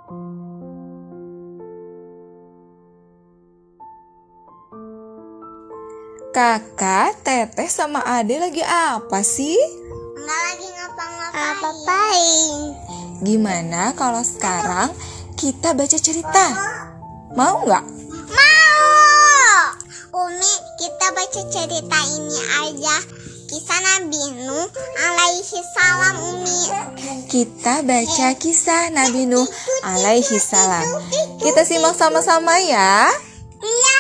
Kakak, Teteh sama Ade lagi apa sih? Nggak lagi ngapa-ngapain. Gimana kalau sekarang kita baca cerita? Mau nggak? Mau. Umi, kita baca cerita ini aja. Kisah Nabi Nuh alaihi salam, Umi. Kita baca kisah Nabi Nuh alaihi salam. Kita simak sama-sama ya. Iya.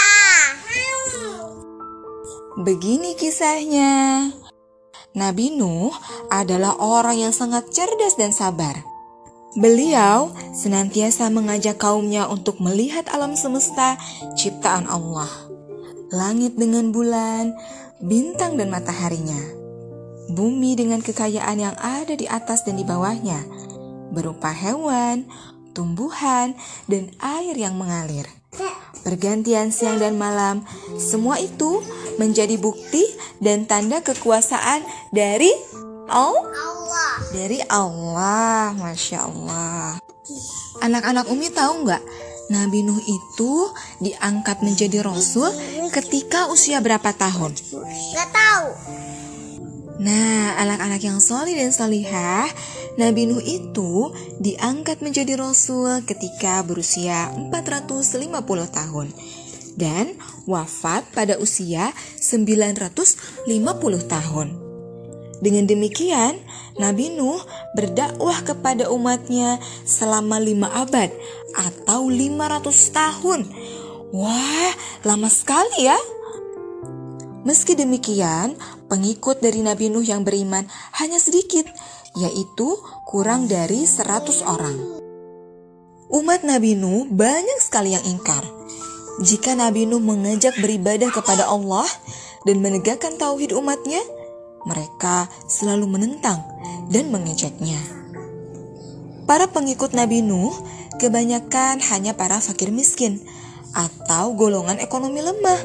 Begini kisahnya. Nabi Nuh adalah orang yang sangat cerdas dan sabar. Beliau senantiasa mengajak kaumnya untuk melihat alam semesta ciptaan Allah. Langit dengan bulan, bintang dan mataharinya. Bumi dengan kekayaan yang ada di atas dan di bawahnya, berupa hewan, tumbuhan, dan air yang mengalir. Pergantian siang dan malam, semua itu menjadi bukti dan tanda kekuasaan dari Allah. Dari Allah, Masya Allah. Anak-anak Umi tahu nggak? Nabi Nuh itu diangkat menjadi Rasul ketika usia berapa tahun? Nggak tahu. Nah, anak-anak yang solih dan solihah, Nabi Nuh itu diangkat menjadi Rasul ketika berusia 450 tahun dan wafat pada usia 950 tahun. Dengan demikian, Nabi Nuh berdakwah kepada umatnya selama 5 abad atau 500 tahun. Wah, lama sekali ya. Meski demikian, pengikut dari Nabi Nuh yang beriman hanya sedikit, yaitu kurang dari 100 orang. Umat Nabi Nuh banyak sekali yang ingkar. Jika Nabi Nuh mengajak beribadah kepada Allah dan menegakkan tauhid umatnya, mereka selalu menentang dan mengejeknya. Para pengikut Nabi Nuh kebanyakan hanya para fakir miskin atau golongan ekonomi lemah.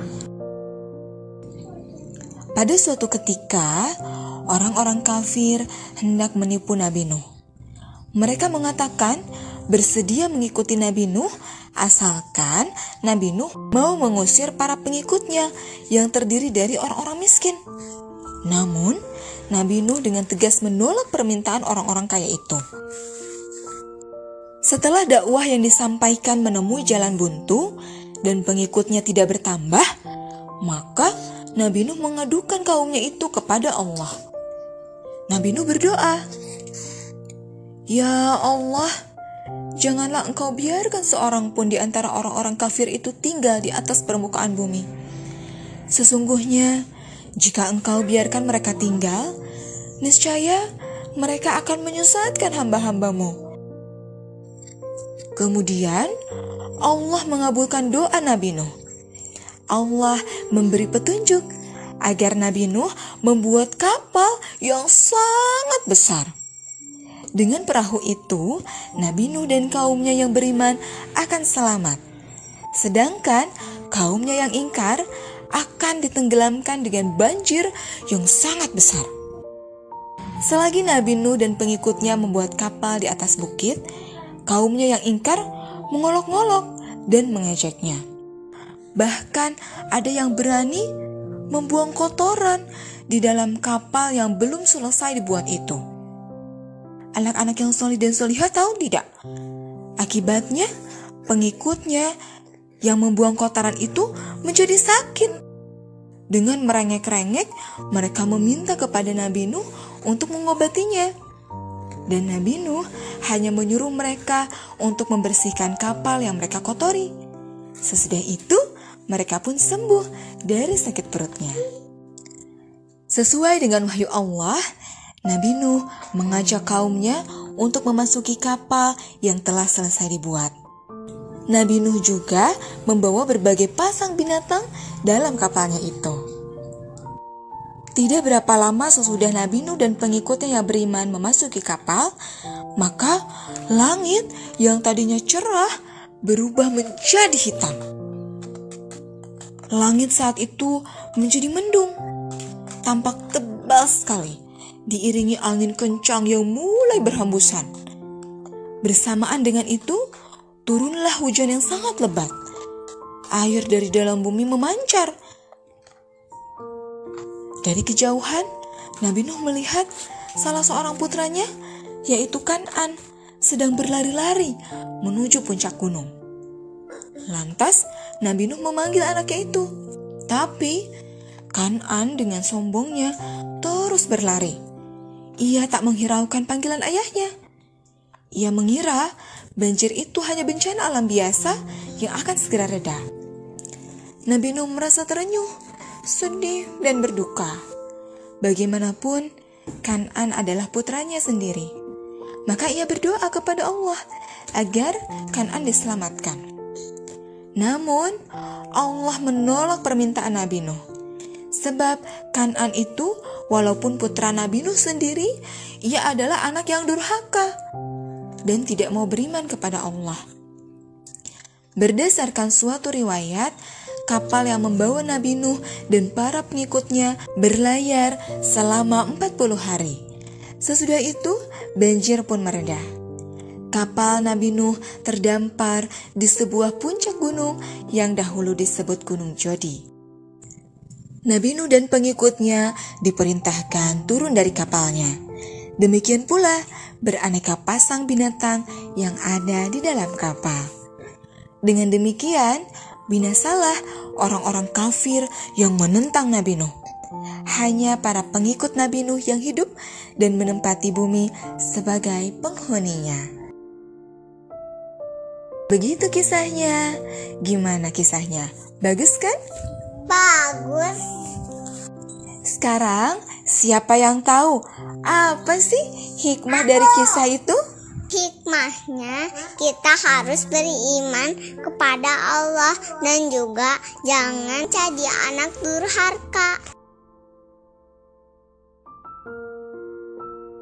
Pada suatu ketika, orang-orang kafir hendak menipu Nabi Nuh. Mereka mengatakan bersedia mengikuti Nabi Nuh asalkan Nabi Nuh mau mengusir para pengikutnya yang terdiri dari orang-orang miskin. Namun, Nabi Nuh dengan tegas menolak permintaan orang-orang kaya itu. Setelah dakwah yang disampaikan menemui jalan buntu dan pengikutnya tidak bertambah, maka Nabi Nuh mengadukan kaumnya itu kepada Allah. Nabi Nuh berdoa, "Ya Allah, janganlah Engkau biarkan seorang pun di antara orang-orang kafir itu tinggal di atas permukaan bumi. Sesungguhnya, jika Engkau biarkan mereka tinggal, niscaya mereka akan menyesatkan hamba-hambamu." Kemudian, Allah mengabulkan doa Nabi Nuh. Allah memberi petunjuk agar Nabi Nuh membuat kapal yang sangat besar. Dengan perahu itu, Nabi Nuh dan kaumnya yang beriman akan selamat. Sedangkan kaumnya yang ingkar akan ditenggelamkan dengan banjir yang sangat besar. Selagi Nabi Nuh dan pengikutnya membuat kapal di atas bukit, kaumnya yang ingkar mengolok-ngolok dan mengejeknya. Bahkan ada yang berani membuang kotoran di dalam kapal yang belum selesai dibuat itu. Anak-anak yang solih dan solihah tahu tidak? Akibatnya, pengikutnya yang membuang kotoran itu menjadi sakit. Dengan merengek-rengek, mereka meminta kepada Nabi Nuh untuk mengobatinya. Dan Nabi Nuh hanya menyuruh mereka untuk membersihkan kapal yang mereka kotori. Sesudah itu, mereka pun sembuh dari sakit perutnya. Sesuai dengan wahyu Allah, Nabi Nuh mengajak kaumnya untuk memasuki kapal yang telah selesai dibuat. Nabi Nuh juga membawa berbagai pasang binatang dalam kapalnya itu. Tidak berapa lama sesudah Nabi Nuh dan pengikutnya yang beriman memasuki kapal, maka langit yang tadinya cerah berubah menjadi hitam. Langit saat itu menjadi mendung, tampak tebal sekali, diiringi angin kencang yang mulai berhembusan. Bersamaan dengan itu, turunlah hujan yang sangat lebat. Air dari dalam bumi memancar. Dari kejauhan, Nabi Nuh melihat salah seorang putranya, yaitu Kan'an, sedang berlari-lari menuju puncak gunung. Lantas, Nabi Nuh memanggil anaknya itu. Tapi, Kan'an dengan sombongnya terus berlari. Ia tak menghiraukan panggilan ayahnya. Ia mengira banjir itu hanya bencana alam biasa yang akan segera reda. Nabi Nuh merasa terenyuh, sedih, dan berduka. Bagaimanapun, Kan'an adalah putranya sendiri. Maka ia berdoa kepada Allah agar Kan'an diselamatkan. Namun, Allah menolak permintaan Nabi Nuh. Sebab Kan'an itu, walaupun putra Nabi Nuh sendiri, ia adalah anak yang durhaka dan tidak mau beriman kepada Allah. Berdasarkan suatu riwayat, kapal yang membawa Nabi Nuh dan para pengikutnya berlayar selama 40 hari. Sesudah itu, banjir pun mereda. Kapal Nabi Nuh terdampar di sebuah puncak gunung yang dahulu disebut Gunung Jodi. Nabi Nuh dan pengikutnya diperintahkan turun dari kapalnya. Demikian pula beraneka pasang binatang yang ada di dalam kapal. Dengan demikian, binasalah orang-orang kafir yang menentang Nabi Nuh. Hanya para pengikut Nabi Nuh yang hidup dan menempati bumi sebagai penghuninya. Begitu kisahnya. Gimana kisahnya? Bagus kan? Bagus. Sekarang, siapa yang tahu apa sih hikmah dari kisah itu? Hikmahnya kita harus beriman kepada Allah dan juga jangan jadi anak durhaka.